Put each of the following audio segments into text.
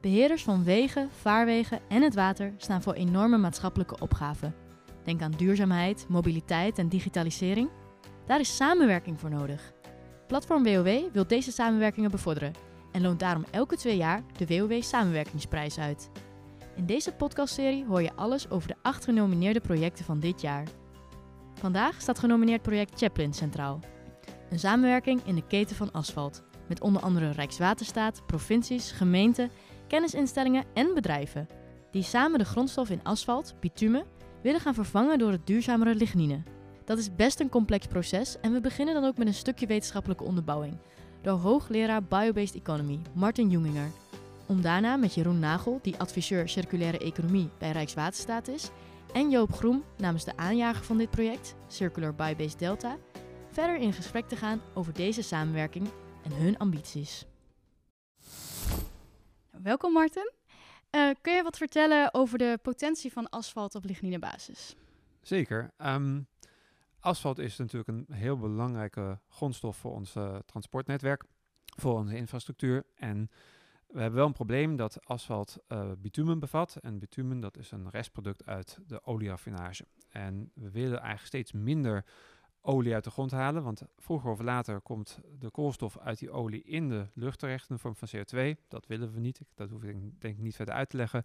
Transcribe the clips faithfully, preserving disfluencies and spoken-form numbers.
Beheerders van wegen, vaarwegen en het water staan voor enorme maatschappelijke opgaven. Denk aan duurzaamheid, mobiliteit en digitalisering. Daar is samenwerking voor nodig. Platform W O W wil deze samenwerkingen bevorderen en loont daarom elke twee jaar de W O W Samenwerkingsprijs uit. In deze podcastserie hoor je alles over de acht genomineerde projecten van dit jaar. Vandaag staat genomineerd project Chaplin centraal. Een samenwerking in de keten van asfalt, met onder andere Rijkswaterstaat, provincies, gemeenten, kennisinstellingen en bedrijven, die samen de grondstof in asfalt, bitumen, willen gaan vervangen door het duurzamere lignine. Dat is best een complex proces en we beginnen dan ook met een stukje wetenschappelijke onderbouwing, door hoogleraar Biobased Economy Martin Junginger, om daarna met Jeroen Nagel, die adviseur circulaire economie bij Rijkswaterstaat is, en Joop Groem namens de aanjager van dit project, Circular Biobased Delta, verder in gesprek te gaan over deze samenwerking en hun ambities. Welkom Martin. Uh, kun je wat vertellen over de potentie van asfalt op ligninebasis? Zeker. Um, asfalt is natuurlijk een heel belangrijke grondstof voor ons uh, transportnetwerk, voor onze infrastructuur. En we hebben wel een probleem dat asfalt uh, bitumen bevat. En bitumen, dat is een restproduct uit de olieraffinage. En we willen eigenlijk steeds minder olie uit de grond halen, want vroeger of later komt de koolstof uit die olie in de lucht terecht in de vorm van C O twee. Dat willen we niet, dat hoef ik denk ik niet verder uit te leggen.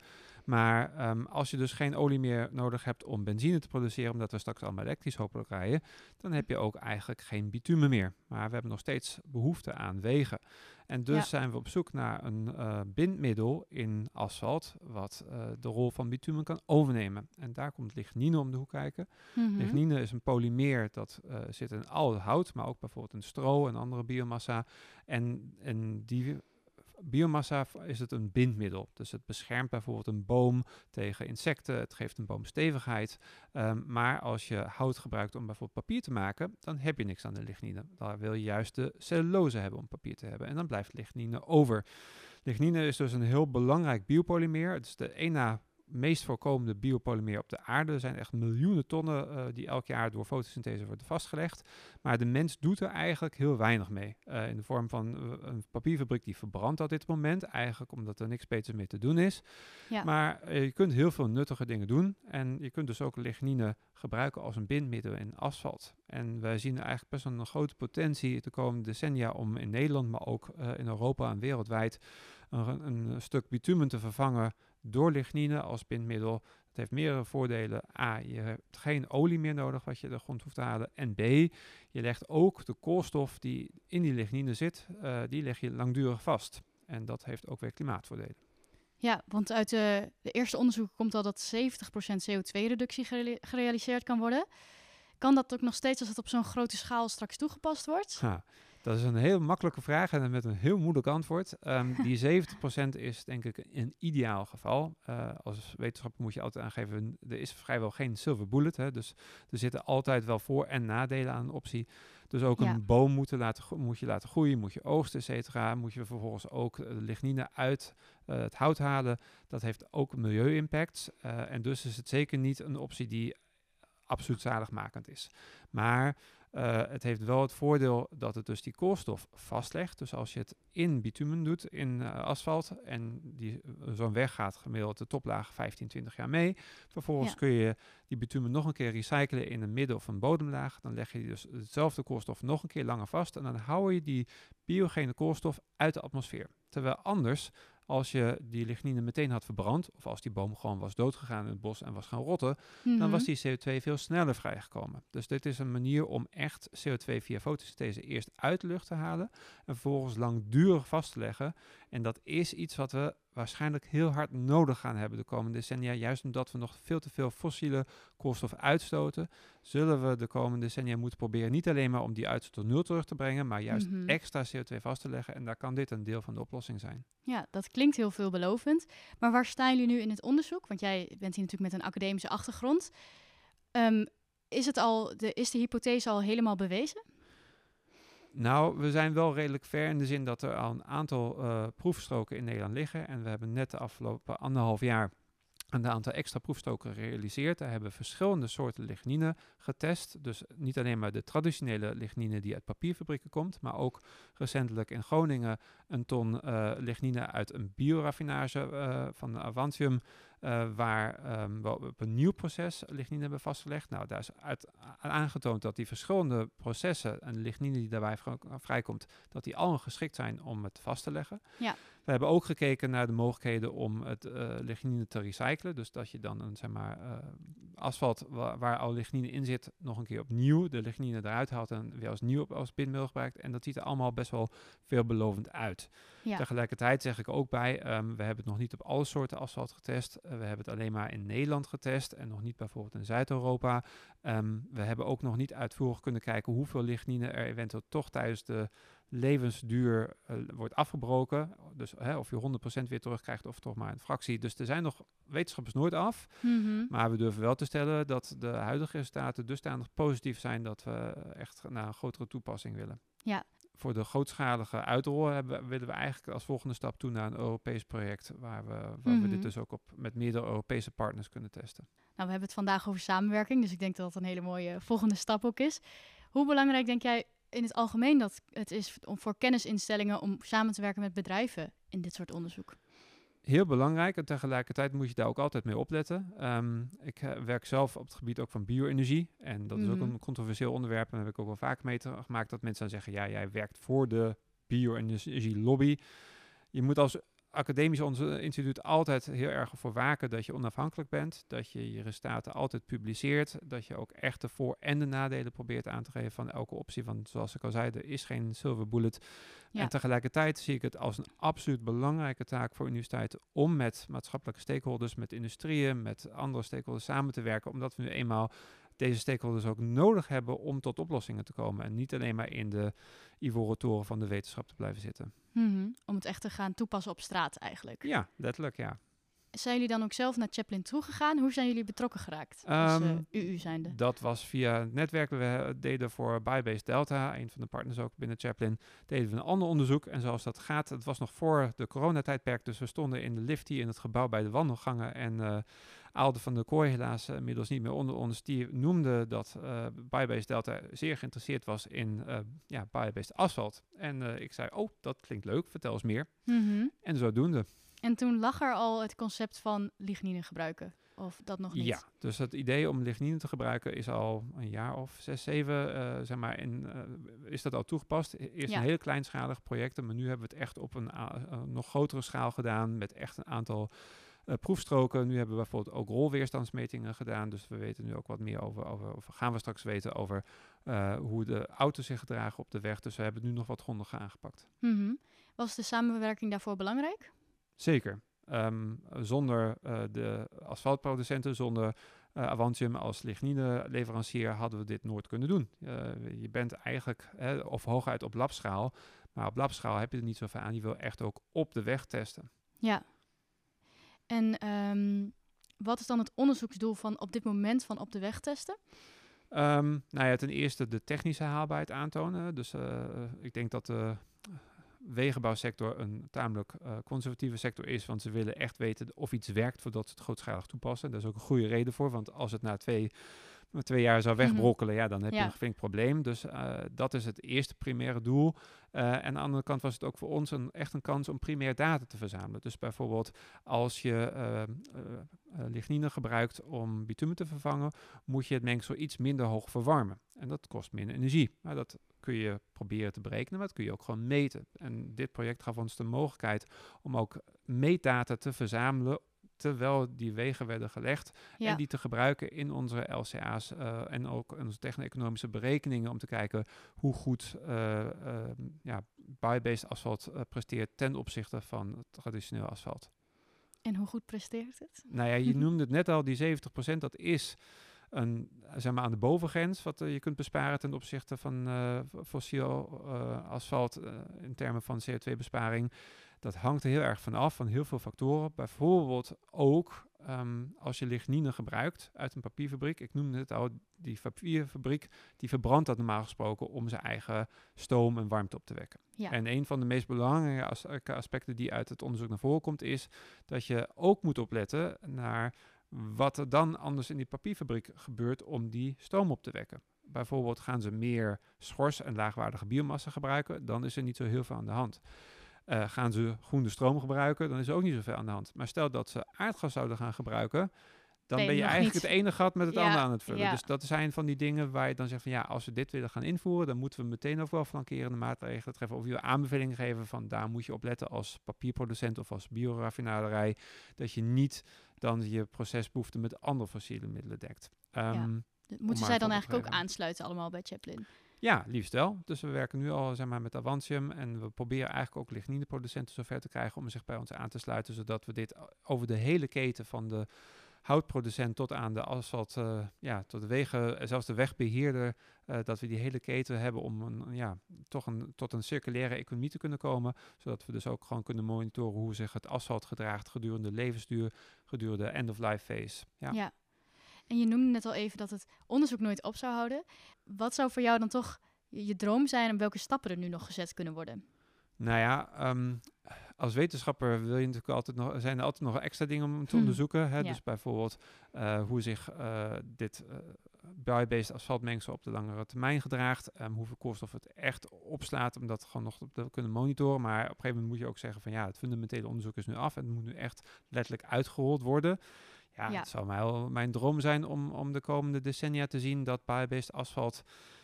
Maar um, als je dus geen olie meer nodig hebt om benzine te produceren, omdat we straks allemaal elektrisch hopelijk rijden, dan heb je ook eigenlijk geen bitumen meer. Maar we hebben nog steeds behoefte aan wegen. En dus ja. zijn we op zoek naar een uh, bindmiddel in asfalt, wat uh, de rol van bitumen kan overnemen. En daar komt lignine om de hoek kijken. Mm-hmm. Lignine is een polymeer dat uh, zit in al het hout, maar ook bijvoorbeeld in stro en andere biomassa. En, en die biomassa is het een bindmiddel. Dus het beschermt bijvoorbeeld een boom tegen insecten. Het geeft een boom stevigheid. Um, maar als je hout gebruikt om bijvoorbeeld papier te maken, dan heb je niks aan de lignine. Daar wil je juist de cellulose hebben om papier te hebben. En dan blijft lignine over. Lignine is dus een heel belangrijk biopolymeer. Het is de één na meest voorkomende biopolymeer op de aarde. Er zijn echt miljoenen tonnen uh, die elk jaar door fotosynthese worden vastgelegd. Maar de mens doet er eigenlijk heel weinig mee. Uh, in de vorm van uh, een papierfabriek die verbrandt op dit moment. Eigenlijk omdat er niks beters mee te doen is. Ja. Maar uh, je kunt heel veel nuttige dingen doen. En je kunt dus ook lignine gebruiken als een bindmiddel in asfalt. En wij zien eigenlijk best wel een grote potentie de komende decennia om in Nederland, maar ook uh, in Europa en wereldwijd een, een stuk bitumen te vervangen door lignine als bindmiddel. Het heeft meerdere voordelen. A, je hebt geen olie meer nodig wat je de grond hoeft te halen. En B, je legt ook de koolstof die in die lignine zit, uh, die leg je langdurig vast. En dat heeft ook weer klimaatvoordelen. Ja, want uit de, de eerste onderzoeken komt al dat zeventig procent C O twee reductie gere- gerealiseerd kan worden. Kan dat ook nog steeds als het op zo'n grote schaal straks toegepast wordt? Ha. Dat is een heel makkelijke vraag en met een heel moeilijk antwoord. Um, die zeventig procent is denk ik een ideaal geval. Uh, als wetenschapper moet je altijd aangeven, er is vrijwel geen silver bullet. Hè, dus er zitten altijd wel voor- en nadelen aan een optie. Dus ook ja. een boom moet, laten, moet je laten groeien, moet je oogsten, et cetera. Moet je vervolgens ook de lignine uit uh, het hout halen. Dat heeft ook milieu-impact. Uh, en dus is het zeker niet een optie die absoluut zaligmakend is. Maar Uh, het heeft wel het voordeel dat het dus die koolstof vastlegt. Dus als je het in bitumen doet, in uh, asfalt, en die, uh, zo'n weg gaat gemiddeld de toplaag vijftien, twintig jaar mee. Vervolgens ja. kun je die bitumen nog een keer recyclen in een midden- of een bodemlaag. Dan leg je dus hetzelfde koolstof nog een keer langer vast. En dan hou je die biogene koolstof uit de atmosfeer. Terwijl anders, als je die lignine meteen had verbrand, of als die boom gewoon was doodgegaan in het bos en was gaan rotten, mm-hmm. dan was die C O twee veel sneller vrijgekomen. Dus dit is een manier om echt C O twee via fotosynthese eerst uit de lucht te halen en vervolgens langdurig vast te leggen. En dat is iets wat we waarschijnlijk heel hard nodig gaan hebben de komende decennia. Juist omdat we nog veel te veel fossiele koolstof uitstoten, zullen we de komende decennia moeten proberen niet alleen maar om die uitstoot tot nul terug te brengen, maar juist mm-hmm. extra C O twee vast te leggen. En daar kan dit een deel van de oplossing zijn. Ja, dat klinkt heel veelbelovend. Maar waar staan jullie nu in het onderzoek? Want jij bent hier natuurlijk met een academische achtergrond. Um, is, het al de, is de hypothese al helemaal bewezen? Nou, we zijn wel redelijk ver in de zin dat er al een aantal uh, proefstroken in Nederland liggen. En we hebben net de afgelopen anderhalf jaar een aantal extra proefstoken gerealiseerd. Daar hebben we verschillende soorten lignine getest. Dus niet alleen maar de traditionele lignine die uit papierfabrieken komt, maar ook recentelijk in Groningen een ton uh, lignine uit een bioraffinage uh, van Avantium, uh, waar um, we op een nieuw proces lignine hebben vastgelegd. Nou, daar is uit, aangetoond dat die verschillende processen en de lignine die daarbij vrijkomt, dat die allemaal geschikt zijn om het vast te leggen. Ja. We hebben ook gekeken naar de mogelijkheden om het uh, lignine te recyclen. Dus dat je dan een zeg maar, uh, asfalt wa- waar al lignine in zit, nog een keer opnieuw de lignine eruit haalt en weer als nieuw op, als bindmiddel gebruikt. En dat ziet er allemaal best wel veelbelovend uit. Ja. Tegelijkertijd zeg ik ook bij, um, we hebben het nog niet op alle soorten asfalt getest. Uh, we hebben het alleen maar in Nederland getest en nog niet bijvoorbeeld in Zuid-Europa. Um, we hebben ook nog niet uitvoerig kunnen kijken hoeveel lignine er eventueel toch tijdens de levensduur uh, wordt afgebroken. Dus hè, of je honderd procent weer terugkrijgt of toch maar een fractie. Dus er zijn nog wetenschappers nooit af. Mm-hmm. Maar we durven wel te stellen dat de huidige resultaten dusdanig positief zijn dat we echt naar een grotere toepassing willen. Ja. Voor de grootschalige uitrol hebben, willen we eigenlijk als volgende stap toe naar een Europees project waar we, waar Mm-hmm. we dit dus ook op met meerdere Europese partners kunnen testen. Nou, we hebben het vandaag over samenwerking, dus ik denk dat dat een hele mooie volgende stap ook is. Hoe belangrijk denk jij in het algemeen dat het is om voor kennisinstellingen om samen te werken met bedrijven in dit soort onderzoek? Heel belangrijk en tegelijkertijd moet je daar ook altijd mee opletten. Um, ik uh, werk zelf op het gebied ook van bio-energie en dat mm-hmm. is ook een controversieel onderwerp en daar heb ik ook wel vaak mee te gemaakt dat mensen dan zeggen, ja, jij werkt voor de bio-energie-lobby. Je moet als academisch instituut altijd heel erg voor waken dat je onafhankelijk bent, dat je je resultaten altijd publiceert, dat je ook echt de voor- en de nadelen probeert aan te geven van elke optie. Want zoals ik al zei, er is geen silver bullet. Ja. En tegelijkertijd zie ik het als een absoluut belangrijke taak voor universiteiten om met maatschappelijke stakeholders, met industrieën, met andere stakeholders samen te werken, omdat we nu eenmaal deze stakeholders ook nodig hebben om tot oplossingen te komen. En niet alleen maar in de ivoren toren van de wetenschap te blijven zitten. Mm-hmm. Om het echt te gaan toepassen op straat eigenlijk. Ja, letterlijk, ja. Zijn jullie dan ook zelf naar Chaplin toegegaan? Hoe zijn jullie betrokken geraakt? Um, als uh, U U zijnde. Dat was via het netwerk. We deden voor Biobased Delta, een van de partners ook binnen Chaplin, deden we een ander onderzoek. En zoals dat gaat, het was nog voor de coronatijdperk, dus we stonden in de lift hier in het gebouw bij de wandelgangen en uh, Aalde van der Kooi, helaas uh, inmiddels niet meer onder ons, die noemde dat uh, Biobased Delta zeer geïnteresseerd was in uh, ja, biobased asfalt. En uh, ik zei, oh, dat klinkt leuk, vertel eens meer. Mm-hmm. En zodoende. En toen lag er al het concept van lignine gebruiken? Of dat nog niet? Ja, dus het idee om lignine te gebruiken is al een jaar of zes, zeven, uh, zeg maar, in, uh, is dat al toegepast. Eerst ja. een hele kleinschalige projecten, maar nu hebben we het echt op een uh, uh, nog grotere schaal gedaan met echt een aantal uh, proefstroken. Nu hebben we bijvoorbeeld ook rolweerstandsmetingen gedaan, dus we weten nu ook wat meer over, over of gaan we straks weten over uh, hoe de auto's zich gedragen op de weg. Dus we hebben het nu nog wat grondiger aangepakt. Mm-hmm. Was de samenwerking daarvoor belangrijk? Zeker. Um, zonder uh, de asfaltproducenten, zonder uh, Avantium als lignine-leverancier hadden we dit nooit kunnen doen. Uh, je bent eigenlijk, hè, of hooguit op labschaal, maar op labschaal heb je er niet zoveel aan. Je wil echt ook op de weg testen. Ja. En um, wat is dan het onderzoeksdoel van op dit moment van op de weg testen? Um, nou ja, ten eerste de technische haalbaarheid aantonen. Dus uh, ik denk dat de wegenbouwsector een tamelijk uh, conservatieve sector is, want ze willen echt weten of iets werkt voordat ze het grootschalig toepassen. Daar is ook een goede reden voor, want als het na twee, twee jaar zou wegbrokkelen, mm-hmm. ja, dan heb je ja. een flink probleem. Dus uh, dat is het eerste primaire doel. Uh, en aan de andere kant was het ook voor ons een, echt een kans om primair data te verzamelen. Dus bijvoorbeeld als je uh, uh, uh, lignine gebruikt om bitumen te vervangen, moet je het mengsel iets minder hoog verwarmen. En dat kost minder energie. Maar dat kun je proberen te berekenen, maar dat kun je ook gewoon meten. En dit project gaf ons de mogelijkheid om ook meetdata te verzamelen terwijl die wegen werden gelegd ja. en die te gebruiken in onze L C A's uh, en ook in onze techno-economische berekeningen om te kijken hoe goed uh, uh, ja, biobased asfalt uh, presteert ten opzichte van traditioneel asfalt. En hoe goed presteert het? Nou ja, je noemde het net al, die zeventig procent, dat is een, zeg maar aan de bovengrens wat uh, je kunt besparen ten opzichte van uh, fossiel uh, asfalt uh, in termen van C O twee besparing. Dat hangt er heel erg van af, van heel veel factoren. Bijvoorbeeld ook um, als je lignine gebruikt uit een papierfabriek. Ik noemde het al, die papierfabriek, die verbrandt dat normaal gesproken om zijn eigen stoom en warmte op te wekken. Ja. En een van de meest belangrijke as- aspecten die uit het onderzoek naar voren komt, is dat je ook moet opletten naar wat er dan anders in die papierfabriek gebeurt om die stoom op te wekken. Bijvoorbeeld gaan ze meer schors en laagwaardige biomassa gebruiken, dan is er niet zo heel veel aan de hand. Uh, gaan ze groene stroom gebruiken, dan is er ook niet zoveel aan de hand. Maar stel dat ze aardgas zouden gaan gebruiken, dan nee, ben je eigenlijk niet. het ene gat met het ja, andere aan het vullen. Ja. Dus dat zijn van die dingen waar je dan zegt van ja, als we dit willen gaan invoeren, dan moeten we meteen ook wel flankerende maatregelen treffen. Of je aanbevelingen geven van daar moet je op letten als papierproducent of als bioraffinaderij, dat je niet dan je procesbehoeften met andere fossiele middelen dekt. Um, ja. Moeten zij dan eigenlijk ook aansluiten allemaal bij Chaplin? Ja, liefst wel. Dus we werken nu al zeg maar, met Avantium en we proberen eigenlijk ook lignineproducenten zover te krijgen om zich bij ons aan te sluiten, zodat we dit over de hele keten van de houtproducent tot aan de asfalt, uh, ja, tot de wegen, zelfs de wegbeheerder, uh, dat we die hele keten hebben om een, ja, toch een, tot een circulaire economie te kunnen komen, zodat we dus ook gewoon kunnen monitoren hoe zich het asfalt gedraagt gedurende de levensduur, gedurende de end-of-life phase. Ja. ja. En je noemde net al even dat het onderzoek nooit op zou houden. Wat zou voor jou dan toch je droom zijn en welke stappen er nu nog gezet kunnen worden? Nou ja, um, als wetenschapper wil je natuurlijk altijd nog, zijn er altijd nog extra dingen om te Hmm. onderzoeken. Hè? Ja. Dus bijvoorbeeld uh, hoe zich uh, dit uh, bio-based asfaltmengsel op de langere termijn gedraagt. Um, hoeveel koolstof het echt opslaat, om dat gewoon nog te kunnen monitoren. Maar op een gegeven moment moet je ook zeggen van ja, het fundamentele onderzoek is nu af en het moet nu echt letterlijk uitgerold worden. Ja, ja. Het zou mij wel mijn droom zijn om, om de komende decennia te zien dat bio-based asfalt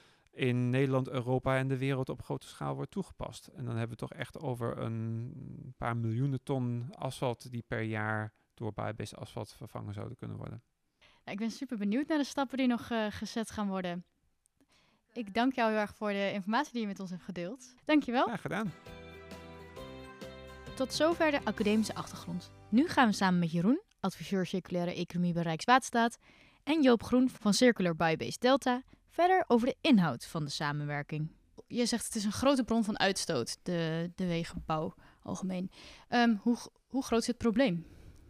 in Nederland, Europa en de wereld op grote schaal wordt toegepast. En dan hebben we toch echt over een paar miljoenen ton asfalt die per jaar door bio-based asfalt vervangen zouden kunnen worden. Ja, ik ben super benieuwd naar de stappen die nog uh, gezet gaan worden. Ik dank jou heel erg voor de informatie die je met ons hebt gedeeld. Dankjewel. Ja, gedaan. Tot zover de academische achtergrond. Nu gaan we samen met Jeroen, adviseur circulaire economie bij Rijkswaterstaat, en Joop Groen van Circular Bio-based Delta verder over de inhoud van de samenwerking. Je zegt het is een grote bron van uitstoot, de, de wegenbouw algemeen. Um, hoe, hoe groot is het probleem?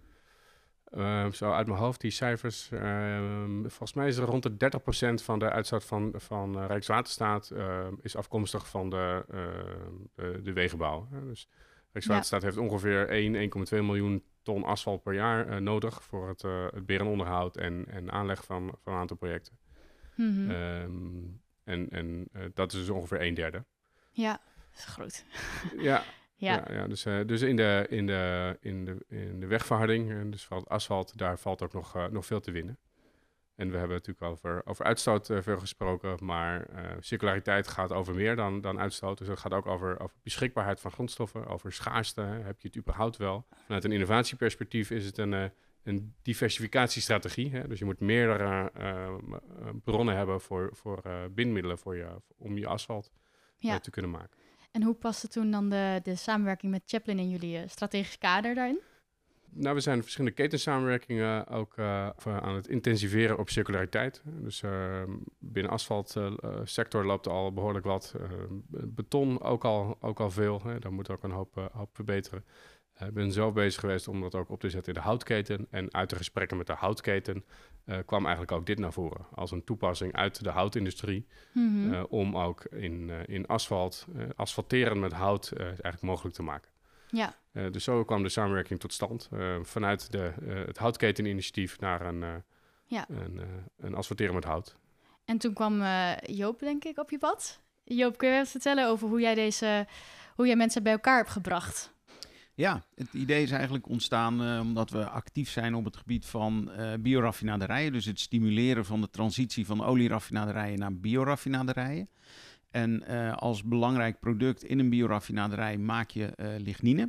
Uh, zo uit mijn hoofd, die cijfers. Uh, volgens mij is er rond de dertig procent van de uitstoot van, van uh, Rijkswaterstaat uh, is afkomstig van de, uh, de, de wegenbouw. Uh, dus Rijkswaterstaat ja. heeft ongeveer één, één komma twee miljoen ton asfalt per jaar uh, nodig voor het, uh, het beheer en onderhoud en, en aanleg van, van een aantal projecten. Mm-hmm. Um, en en uh, dat is dus ongeveer een derde. Ja, dat is groot. ja, ja. ja, ja, dus, uh, dus in de, in de, in de, in de wegverharding, uh, dus van het asfalt, daar valt ook nog, uh, nog veel te winnen. En we hebben natuurlijk over, over uitstoot uh, veel gesproken, maar uh, circulariteit gaat over meer dan, dan uitstoot. Dus het gaat ook over, over beschikbaarheid van grondstoffen, over schaarste. Hè. Heb je het überhaupt wel? Vanuit een innovatieperspectief is het een, uh, een diversificatiestrategie. Hè. Dus je moet meerdere uh, bronnen hebben voor, voor uh, bindmiddelen voor je, om je asfalt ja. uh, te kunnen maken. En hoe paste toen dan de, de samenwerking met Chaplin in jullie uh, strategisch kader daarin? Nou, we zijn verschillende ketensamenwerkingen ook uh, aan het intensiveren op circulariteit. Dus uh, binnen asfaltsector uh, loopt al behoorlijk wat. Uh, beton ook al, ook al veel. Hè. Daar moet ook een hoop, uh, hoop verbeteren. Ik uh, ben zelf bezig geweest om dat ook op te zetten in de houtketen. En uit de gesprekken met de houtketen uh, kwam eigenlijk ook dit naar voren. Als een toepassing uit de houtindustrie. Mm-hmm. Uh, om ook in, uh, in asfalt, uh, asfalteren met hout uh, eigenlijk mogelijk te maken. Ja. Uh, dus zo kwam de samenwerking tot stand. Uh, vanuit de, uh, het houtketeninitiatief naar een, uh, ja. een, uh, een asfalteren met hout. En toen kwam uh, Joop, denk ik, op je pad. Joop, kun je eens vertellen over hoe jij, deze, hoe jij mensen bij elkaar hebt gebracht? Ja, het idee is eigenlijk ontstaan uh, omdat we actief zijn op het gebied van uh, bioraffinaderijen. Dus het stimuleren van de transitie van olieraffinaderijen naar bioraffinaderijen. En uh, als belangrijk product in een bioraffinaderij maak je uh, lignine.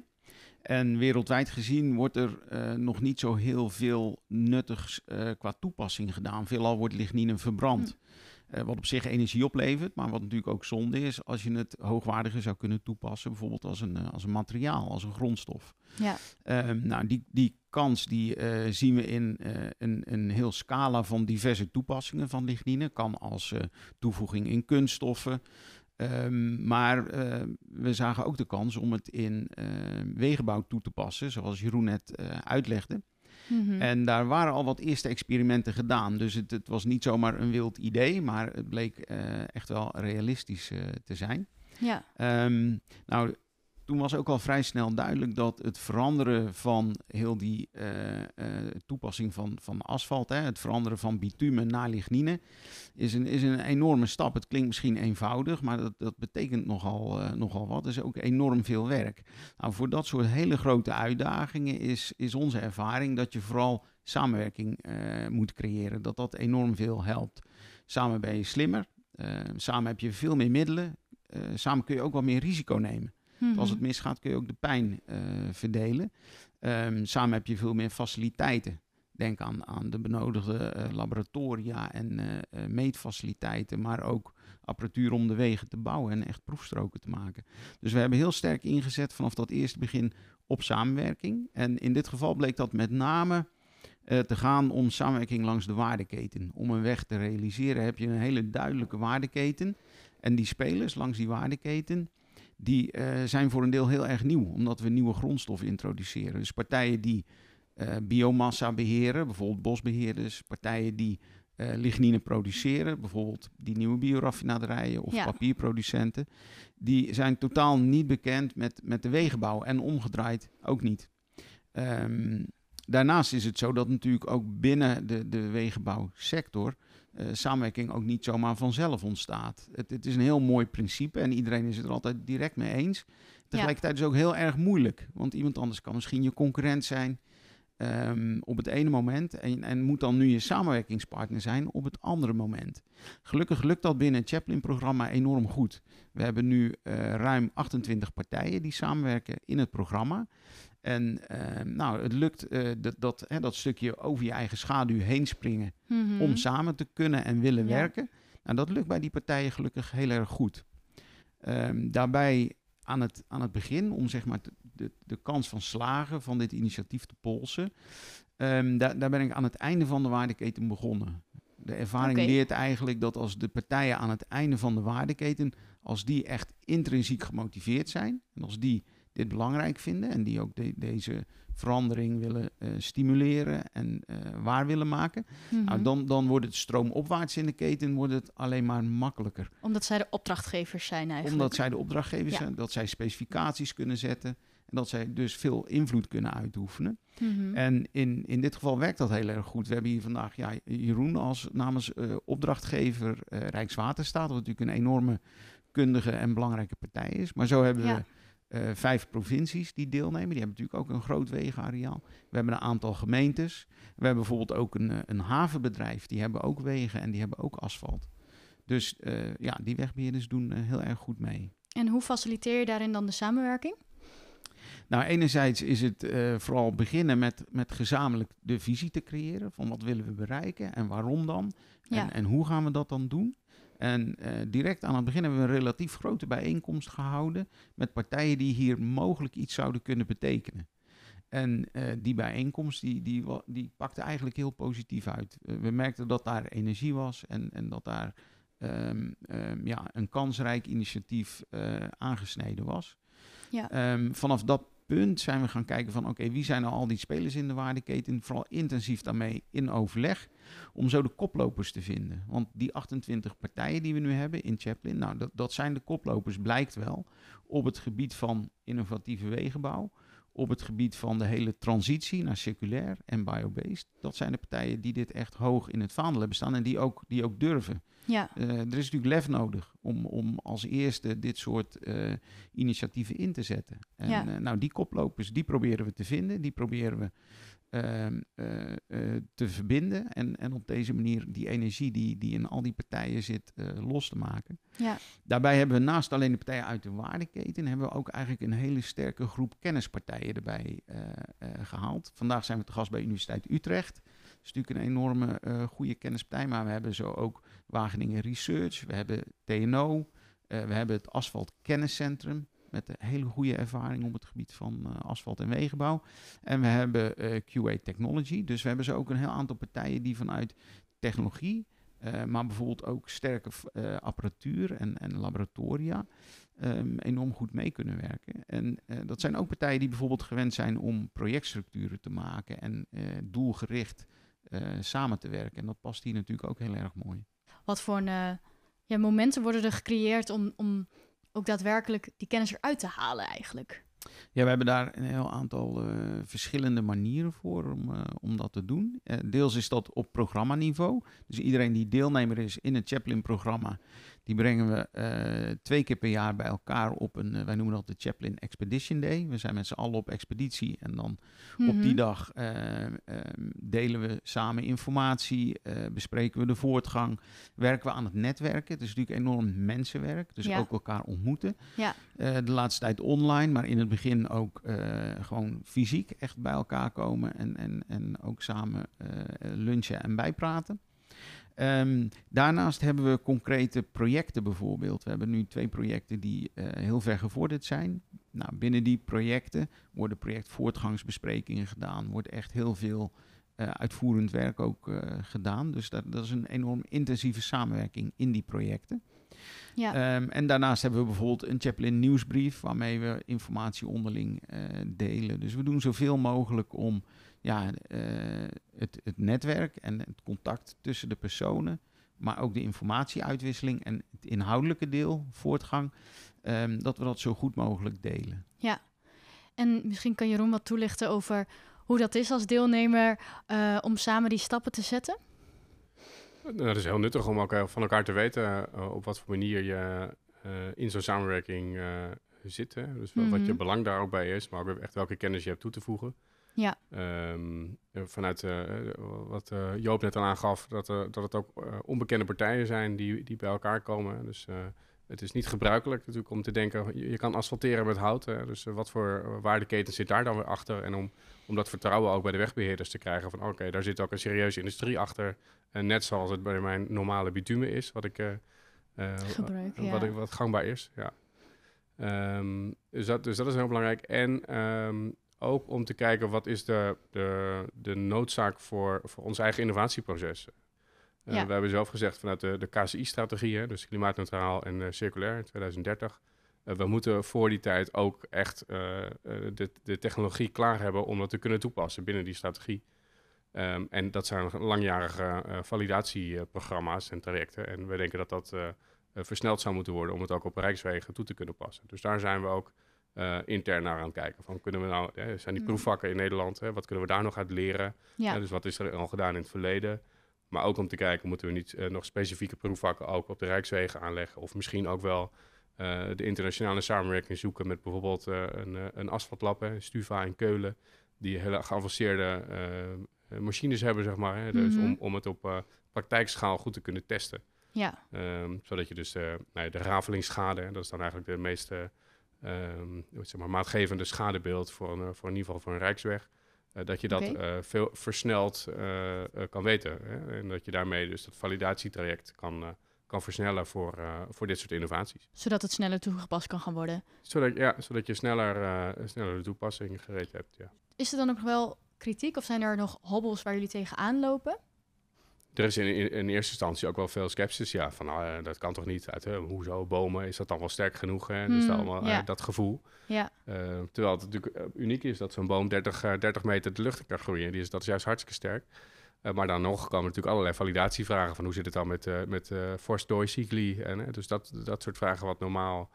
En wereldwijd gezien wordt er uh, nog niet zo heel veel nuttigs uh, qua toepassing gedaan. Veelal wordt lignine verbrand. Uh, wat op zich energie oplevert, maar wat natuurlijk ook zonde is als je het hoogwaardiger zou kunnen toepassen. Bijvoorbeeld als een, uh, als een materiaal, als een grondstof. Ja. Uh, nou, die, die kans die uh, zien we in uh, een, een heel scala van diverse toepassingen van lignine. Kan als uh, toevoeging in kunststoffen. Um, maar uh, we zagen ook de kans om het in uh, wegenbouw toe te passen, zoals Jeroen net uh, uitlegde. Mm-hmm. En daar waren al wat eerste experimenten gedaan. Dus het, het was niet zomaar een wild idee, maar het bleek uh, echt wel realistisch uh, te zijn. Ja. Um, nou, toen was ook al vrij snel duidelijk dat het veranderen van heel die uh, uh, toepassing van, van asfalt, hè, het veranderen van bitumen naar lignine, is een, is een enorme stap. Het klinkt misschien eenvoudig, maar dat, dat betekent nogal, uh, nogal wat. Het is ook enorm veel werk. Nou, voor dat soort hele grote uitdagingen is, is onze ervaring dat je vooral samenwerking uh, moet creëren. Dat dat enorm veel helpt. Samen ben je slimmer, uh, samen heb je veel meer middelen, uh, samen kun je ook wat meer risico nemen. Mm-hmm. Als het misgaat kun je ook de pijn uh, verdelen. Um, samen heb je veel meer faciliteiten. Denk aan, aan de benodigde uh, laboratoria en uh, uh, meetfaciliteiten, maar ook apparatuur om de wegen te bouwen en echt proefstroken te maken. Dus we hebben heel sterk ingezet vanaf dat eerste begin op samenwerking. En in dit geval bleek dat met name uh, te gaan om samenwerking langs de waardeketen. Om een weg te realiseren heb je een hele duidelijke waardeketen. En die spelers langs die waardeketen, die uh, zijn voor een deel heel erg nieuw, omdat we nieuwe grondstoffen introduceren. Dus partijen die uh, biomassa beheren, bijvoorbeeld bosbeheerders, partijen die uh, lignine produceren, bijvoorbeeld die nieuwe bioraffinaderijen of ja. papierproducenten, die zijn totaal niet bekend met, met de wegenbouw en omgedraaid ook niet. Um, daarnaast is het zo dat natuurlijk ook binnen de, de wegenbouwsector Uh, samenwerking ook niet zomaar vanzelf ontstaat. Het, het is een heel mooi principe en iedereen is het er altijd direct mee eens. Tegelijkertijd ja. is het ook heel erg moeilijk, want iemand anders kan misschien je concurrent zijn um, op het ene moment en, en moet dan nu je samenwerkingspartner zijn op het andere moment. Gelukkig lukt dat binnen het Chaplin-programma enorm goed. We hebben nu uh, ruim achtentwintig partijen die samenwerken in het programma. En uh, nou, het lukt uh, dat, dat, hè, dat stukje over je eigen schaduw heen springen Mm-hmm. om samen te kunnen en willen ja. werken. Nou, dat lukt bij die partijen gelukkig heel erg goed. Um, daarbij aan het, aan het begin, om zeg maar de, de, de kans van slagen van dit initiatief te polsen, um, da, daar ben ik aan het einde van de waardeketen begonnen. De ervaring Okay. leert eigenlijk dat als de partijen aan het einde van de waardeketen, als die echt intrinsiek gemotiveerd zijn, en als die dit belangrijk vinden en die ook de, deze verandering willen uh, stimuleren en uh, waar willen maken, Mm-hmm. nou, dan, dan wordt het stroomopwaarts in de keten wordt het alleen maar makkelijker. Omdat zij de opdrachtgevers zijn eigenlijk. Omdat zij de opdrachtgevers Ja. zijn, dat zij specificaties kunnen zetten en dat zij dus veel invloed kunnen uitoefenen. Mm-hmm. En in, in dit geval werkt dat heel erg goed. We hebben hier vandaag ja, Jeroen als namens uh, opdrachtgever uh, Rijkswaterstaat, wat natuurlijk een enorme kundige en belangrijke partij is. Maar zo hebben Ja. we Uh, vijf provincies die deelnemen. Die hebben natuurlijk ook een groot wegenareaal. We hebben een aantal gemeentes. We hebben bijvoorbeeld ook een, een havenbedrijf. Die hebben ook wegen en die hebben ook asfalt. Dus uh, ja, die wegbeheerders doen uh, heel erg goed mee. En hoe faciliteer je daarin dan de samenwerking? Nou, enerzijds is het uh, vooral beginnen met, met gezamenlijk de visie te creëren. Van wat willen we bereiken en waarom dan? Ja. En, en hoe gaan we dat dan doen? En uh, direct aan het begin hebben we een relatief grote bijeenkomst gehouden met partijen die hier mogelijk iets zouden kunnen betekenen. En uh, die bijeenkomst die, die, die pakte eigenlijk heel positief uit. Uh, we merkten dat daar energie was en, en dat daar um, um, ja, een kansrijk initiatief uh, aangesneden was. Ja. Um, vanaf dat punt zijn we gaan kijken van oké, okay, wie zijn nou al die spelers in de waardeketen? Vooral intensief daarmee in overleg om zo de koplopers te vinden. Want die achtentwintig partijen die we nu hebben in Chaplin, nou dat, dat zijn de koplopers, blijkt wel, op het gebied van innovatieve wegenbouw, op het gebied van de hele transitie naar circulair en biobased. Dat zijn de partijen die dit echt hoog in het vaandel hebben staan en die ook, die ook durven. Ja. Uh, er is natuurlijk lef nodig om, om als eerste dit soort uh, initiatieven in te zetten. En Ja. uh, nou, die koplopers, die proberen we te vinden. Die proberen we uh, uh, uh, te verbinden. En, en op deze manier die energie die, die in al die partijen zit, uh, los te maken. Ja. Daarbij hebben we naast alleen de partijen uit de waardeketen, hebben we ook eigenlijk een hele sterke groep kennispartijen erbij uh, uh, gehaald. Vandaag zijn we te gast bij Universiteit Utrecht. Dat is natuurlijk een enorme uh, goede kennispartij, maar we hebben zo ook Wageningen Research, we hebben T N O, uh, we hebben het Asfalt Kenniscentrum met een hele goede ervaring op het gebied van uh, asfalt en wegenbouw. En we hebben uh, Q A Technology, dus we hebben zo ook een heel aantal partijen die vanuit technologie uh, maar bijvoorbeeld ook sterke uh, apparatuur en, en laboratoria um, enorm goed mee kunnen werken. En uh, dat zijn ook partijen die bijvoorbeeld gewend zijn om projectstructuren te maken en uh, doelgericht uh, samen te werken. En dat past hier natuurlijk ook heel erg mooi. Wat voor een, uh, ja, momenten worden er gecreëerd om, om ook daadwerkelijk die kennis eruit te halen eigenlijk? Ja, we hebben daar een heel aantal uh, verschillende manieren voor om, uh, om dat te doen. Uh, deels is dat op programmaniveau. Dus iedereen die deelnemer is in het Chaplin-programma, die brengen we uh, twee keer per jaar bij elkaar op een, uh, wij noemen dat de Chaplin Expedition Day. We zijn met z'n allen op expeditie en dan mm-hmm. op die dag uh, uh, delen we samen informatie, uh, bespreken we de voortgang, werken we aan het netwerken. Het is natuurlijk enorm mensenwerk, dus ja. ook elkaar ontmoeten. Ja. Uh, de laatste tijd online, maar in het begin ook uh, gewoon fysiek echt bij elkaar komen en, en, en ook samen uh, lunchen en bijpraten. Um, daarnaast hebben we concrete projecten bijvoorbeeld. We hebben nu twee projecten die uh, heel ver gevorderd zijn. Nou, binnen die projecten worden projectvoortgangsbesprekingen gedaan. Wordt echt heel veel uh, uitvoerend werk ook uh, gedaan. Dus dat, dat is een enorm intensieve samenwerking in die projecten. Ja. Um, en daarnaast hebben we bijvoorbeeld een Chaplin nieuwsbrief waarmee we informatie onderling uh, delen. Dus we doen zoveel mogelijk om ja, uh, het, het netwerk en het contact tussen de personen, maar ook de informatieuitwisseling en het inhoudelijke deel, voortgang, um, dat we dat zo goed mogelijk delen. Ja, en misschien kan Jeroen wat toelichten over hoe dat is als deelnemer uh, om samen die stappen te zetten? Nou, dat is heel nuttig om ook van elkaar te weten uh, op wat voor manier je uh, in zo'n samenwerking uh, zit. Hè? Dus mm-hmm. wat je belang daar ook bij is, maar ook echt welke kennis je hebt toe te voegen. Ja. Um, vanuit uh, wat uh, Joop net al aangaf, dat, uh, dat het ook uh, onbekende partijen zijn die, die bij elkaar komen. Dus uh, het is niet gebruikelijk natuurlijk om te denken, je, je kan asfalteren met hout. Hè? Dus uh, wat voor waardeketen zit daar dan weer achter? En om, om dat vertrouwen ook bij de wegbeheerders te krijgen van oké, okay, daar zit ook een serieuze industrie achter. Uh, net zoals het bij mijn normale bitumen is, wat ik uh, uh, Gebruik, uh, wat, ja. ik, wat gangbaar is. Ja. Um, dus, dat, dus dat is heel belangrijk. En um, ook om te kijken wat is de, de, de noodzaak voor, voor ons eigen innovatieproces. Uh, ja. We hebben zelf gezegd vanuit de, de K C I-strategie, hè, dus klimaatneutraal en uh, circulair in twintig dertig. Uh, we moeten voor die tijd ook echt uh, uh, de, de technologie klaar hebben om dat te kunnen toepassen binnen die strategie. Um, en dat zijn langjarige uh, validatieprogramma's en trajecten. En we denken dat dat uh, uh, versneld zou moeten worden om het ook op rijkswegen toe te kunnen passen. Dus daar zijn we ook Uh, intern naar aan het kijken. Van kunnen we nou, hè, zijn die proefvakken in Nederland, hè, wat kunnen we daar nog uit leren? Ja. Uh, dus wat is er al gedaan in het verleden? Maar ook om te kijken, moeten we niet uh, nog specifieke proefvakken ook op de rijkswegen aanleggen? Of misschien ook wel uh, de internationale samenwerking zoeken met bijvoorbeeld uh, een, uh, een asfaltlab, hè, Stuva in Keulen, die hele geavanceerde uh, machines hebben, zeg maar. Hè, dus mm-hmm. om, om het op uh, praktijkschaal goed te kunnen testen. Ja. Um, zodat je dus uh, nou ja, de ravelingsschade, hè, dat is dan eigenlijk de meeste Um, zeg maar, maatgevende schadebeeld voor, een, voor in ieder geval voor een rijksweg. Uh, dat je dat okay. uh, veel versneld uh, uh, kan weten. Hè? En dat je daarmee dus dat validatietraject kan, uh, kan versnellen voor, uh, voor dit soort innovaties. Zodat het sneller toegepast kan gaan worden? Zodat, ja, zodat je sneller, uh, sneller de toepassing gereed hebt, ja. Is er dan ook wel kritiek of zijn er nog hobbels waar jullie tegenaan lopen? Er is in, in, in eerste instantie ook wel veel sceptisch. Ja, van uh, dat kan toch niet? Uit, uh, hoezo bomen? Is dat dan wel sterk genoeg? Hè? Hmm, dus allemaal ja. uh, dat gevoel. Ja. Uh, terwijl het natuurlijk uh, uniek is dat zo'n boom dertig, uh, dertig meter de lucht kan groeien. Die is, dat is juist hartstikke sterk. Uh, maar dan nog komen natuurlijk allerlei validatievragen van hoe zit het dan met, uh, met uh, Forst-Doi-cycli? En uh, dus dat, dat soort vragen wat normaal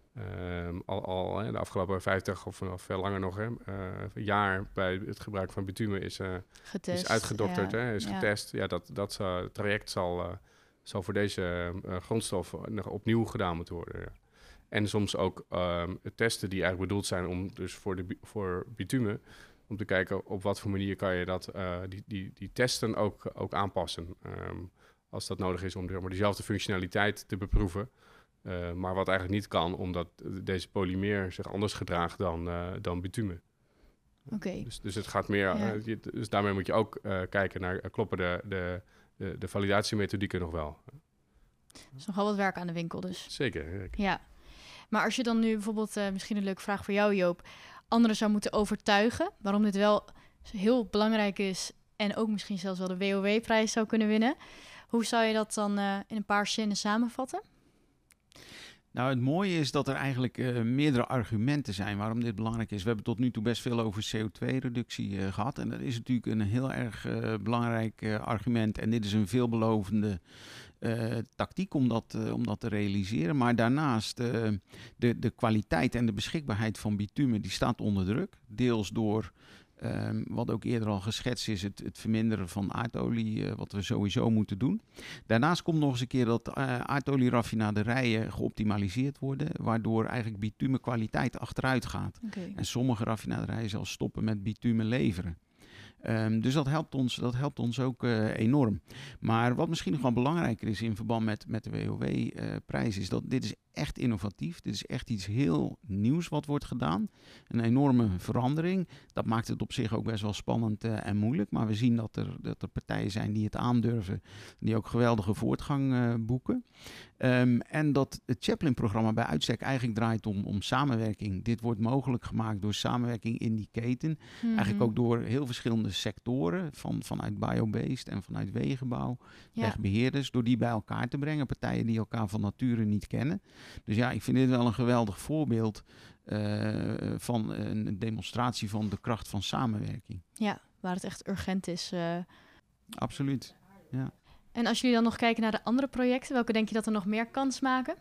uh, al, al hè, de afgelopen vijftig of, of veel langer nog, hè, uh, jaar bij het gebruik van bitumen is, uh, getest, is uitgedokterd, ja. hè, is ja. getest. Ja, dat, dat uh, traject zal, uh, zal voor deze uh, grondstof nog opnieuw gedaan moeten worden. Ja. En soms ook um, testen die eigenlijk bedoeld zijn om dus voor, de, voor bitumen, om te kijken op wat voor manier kan je dat, uh, die, die, die testen ook, ook aanpassen. Um, als dat nodig is om de, maar diezelfde functionaliteit te beproeven. Uh, maar wat eigenlijk niet kan, omdat deze polymeer zich anders gedraagt dan, uh, dan bitumen. Okay. Dus, dus het gaat meer. Ja. Uh, je, dus daarmee moet je ook uh, kijken naar uh, kloppen de, de, de, de validatiemethodieken nog wel. Er is nogal wat werk aan de winkel dus. Zeker. zeker. Ja. Maar als je dan nu bijvoorbeeld, uh, misschien een leuke vraag voor jou Joop, anderen zou moeten overtuigen waarom dit wel heel belangrijk is en ook misschien zelfs wel de W O W-prijs zou kunnen winnen. Hoe zou je dat dan uh, in een paar zinnen samenvatten? Nou, het mooie is dat er eigenlijk uh, meerdere argumenten zijn waarom dit belangrijk is. We hebben tot nu toe best veel over C O twee reductie uh, gehad. En dat is natuurlijk een heel erg uh, belangrijk uh, argument. En dit is een veelbelovende uh, tactiek om dat, uh, om dat te realiseren. Maar daarnaast, uh, de, de kwaliteit en de beschikbaarheid van bitumen, die staat onder druk. Deels door... Um, wat ook eerder al geschetst is, het, het verminderen van aardolie, uh, wat we sowieso moeten doen. Daarnaast komt nog eens een keer dat uh, aardolieraffinaderijen geoptimaliseerd worden, waardoor eigenlijk bitumenkwaliteit achteruit gaat. Okay. En sommige raffinaderijen zelfs stoppen met bitumen leveren. Um, dus dat helpt ons, dat helpt ons ook uh, enorm. Maar wat misschien nog wel belangrijker is in verband met, met de W O W-prijs, uh, is dat dit is echt innovatief. Dit is echt iets heel nieuws wat wordt gedaan. Een enorme verandering. Dat maakt het op zich ook best wel spannend uh, en moeilijk. Maar we zien dat er, dat er partijen zijn die het aandurven, die ook geweldige voortgang uh, boeken. Um, en dat het Chaplin-programma bij uitstek eigenlijk draait om, om samenwerking. Dit wordt mogelijk gemaakt door samenwerking in die keten. Mm-hmm. Eigenlijk ook door heel verschillende sectoren, van, vanuit biobased en vanuit wegenbouw, ja. wegbeheerders, door die bij elkaar te brengen. Partijen die elkaar van nature niet kennen. Dus ja, ik vind dit wel een geweldig voorbeeld uh, van een demonstratie van de kracht van samenwerking. Ja, waar het echt urgent is. Uh... Absoluut, ja. En als jullie dan nog kijken naar de andere projecten, welke denk je dat er nog meer kans maken?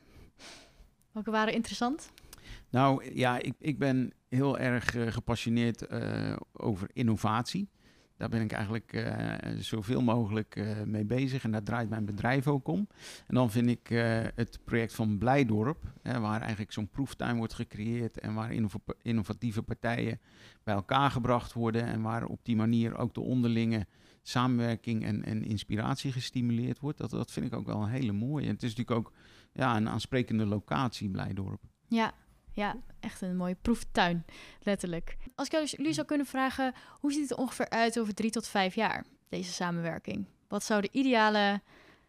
Welke waren interessant? Nou ja, ik, ik ben heel erg uh, gepassioneerd uh, over innovatie. Daar ben ik eigenlijk uh, zoveel mogelijk uh, mee bezig en daar draait mijn bedrijf ook om. En dan vind ik uh, het project van Blijdorp, hè, waar eigenlijk zo'n proeftuin wordt gecreëerd en waar innov- innovatieve partijen bij elkaar gebracht worden en waar op die manier ook de onderlinge samenwerking en, en inspiratie gestimuleerd wordt. Dat, dat vind ik ook wel een hele mooie. En het is natuurlijk ook ja, een aansprekende locatie, Blijdorp. Ja, ja, echt een mooie proeftuin, letterlijk. Als ik jullie zou kunnen vragen, hoe ziet het er ongeveer uit over drie tot vijf jaar, deze samenwerking? Wat zou de ideale,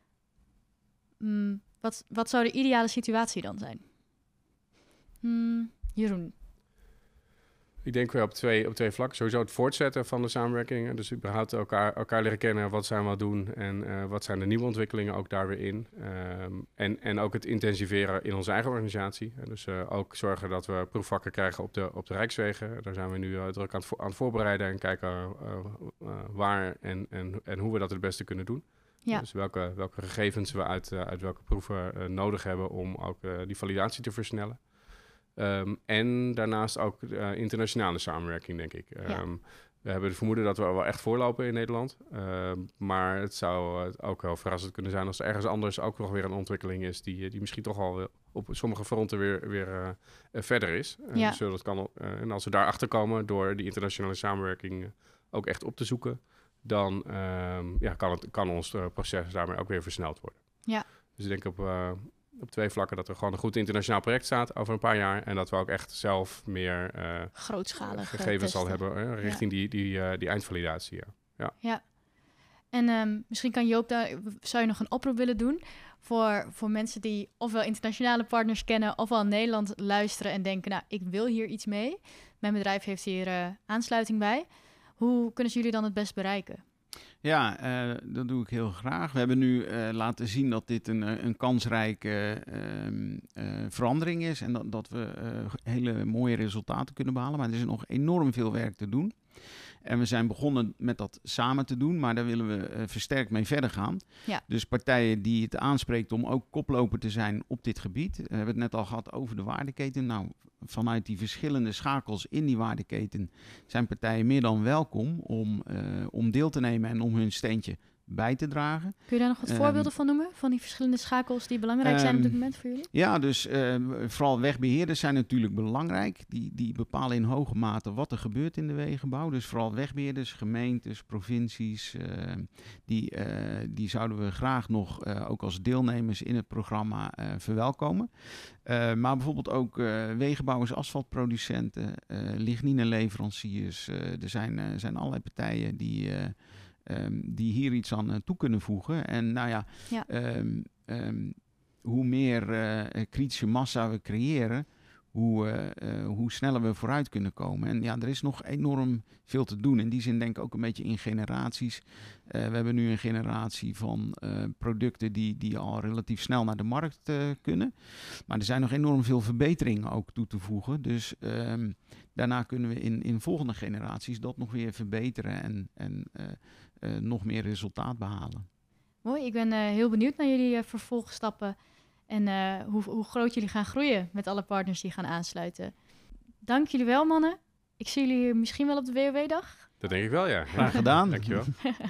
mm, wat, wat zou de ideale situatie dan zijn? Mm, Jeroen? Ik denk weer op twee, op twee vlakken. Sowieso het voortzetten van de samenwerking. Dus überhaupt elkaar, elkaar leren kennen. Wat zijn we aan het doen? En uh, wat zijn de nieuwe ontwikkelingen ook daar weer in? Um, en, en ook het intensiveren in onze eigen organisatie. En dus uh, ook zorgen dat we proefvakken krijgen op de, op de Rijkswegen. Daar zijn we nu uh, druk aan het, vo- aan het voorbereiden. En kijken uh, uh, waar en, en, en hoe we dat het beste kunnen doen. Ja. Dus welke, welke gegevens we uit, uh, uit welke proeven uh, nodig hebben om ook uh, die validatie te versnellen. Um, en daarnaast ook uh, internationale samenwerking, denk ik. Um, ja. We hebben het vermoeden dat we wel echt voorlopen in Nederland. Uh, maar het zou uh, ook wel verrassend kunnen zijn als er ergens anders ook nog weer een ontwikkeling is die, die misschien toch al op sommige fronten weer, weer uh, uh, verder is. Uh, ja. Dus dat kan, uh, en als we daarachter komen door die internationale samenwerking uh, ook echt op te zoeken, dan um, ja, kan, het, kan ons uh, proces daarmee ook weer versneld worden. Ja. Dus ik denk op... Uh, op twee vlakken dat er gewoon een goed internationaal project staat over een paar jaar. En dat we ook echt zelf meer uh, grootschalig gegevens al hebben uh, richting ja. die, die, uh, die eindvalidatie. Ja. Ja. ja. En um, misschien kan Joop daar, zou je nog een oproep willen doen voor, voor mensen die ofwel internationale partners kennen, ofwel in Nederland luisteren en denken, nou, ik wil hier iets mee. Mijn bedrijf heeft hier uh, aansluiting bij. Hoe kunnen ze jullie dan het best bereiken? Ja, uh, dat doe ik heel graag. We hebben nu uh, laten zien dat dit een, een kansrijke uh, uh, verandering is en dat, dat we uh, hele mooie resultaten kunnen behalen. Maar er is nog enorm veel werk te doen. En we zijn begonnen met dat samen te doen, maar daar willen we uh, versterkt mee verder gaan. Ja. Dus partijen die het aanspreekt om ook koploper te zijn op dit gebied. We hebben het net al gehad over de waardeketen. Nou, vanuit die verschillende schakels in die waardeketen zijn partijen meer dan welkom om, uh, om deel te nemen en om hun steentje bij te dragen. Kun je daar nog wat um, voorbeelden van noemen? Van die verschillende schakels die belangrijk um, zijn op dit moment voor jullie? Ja, dus uh, vooral wegbeheerders zijn natuurlijk belangrijk. Die, die bepalen in hoge mate wat er gebeurt in de wegenbouw. Dus vooral wegbeheerders, gemeentes, provincies. Uh, die, uh, die zouden we graag nog uh, ook als deelnemers in het programma uh, verwelkomen. Uh, maar bijvoorbeeld ook uh, wegenbouwers, asfaltproducenten, uh, lignine-leveranciers. Uh, er zijn, uh, zijn allerlei partijen die... Uh, Um, die hier iets aan uh, toe kunnen voegen. En nou ja, ja. Um, um, hoe meer uh, kritische massa we creëren, hoe, uh, uh, hoe sneller we vooruit kunnen komen. En ja, er is nog enorm veel te doen. In die zin denk ik ook een beetje in generaties. Uh, we hebben nu een generatie van uh, producten die, die al relatief snel naar de markt uh, kunnen. Maar er zijn nog enorm veel verbeteringen ook toe te voegen. Dus um, daarna kunnen we in, in volgende generaties dat nog weer verbeteren en, en uh, uh, nog meer resultaat behalen. Mooi, ik ben uh, heel benieuwd naar jullie uh, vervolgstappen en uh, hoe, hoe groot jullie gaan groeien met alle partners die gaan aansluiten. Dank jullie wel, mannen. Ik zie jullie hier misschien wel op de W O W-dag. Dat denk ik wel, ja. Graag gedaan. Dankjewel.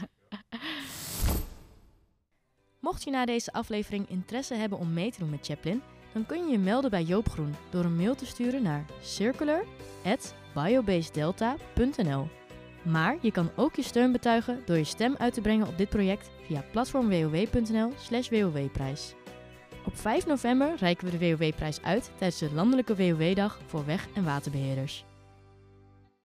Mocht je na deze aflevering interesse hebben om mee te doen met Chaplin, dan kun je je melden bij Joop Groen door een mail te sturen naar circular at biobasedelta punt n l. Maar je kan ook je steun betuigen door je stem uit te brengen op dit project via platform w o w punt n l slash w o w prijs. Op vijf november reiken we de W O W-prijs uit tijdens de landelijke W O W-dag voor weg- en waterbeheerders.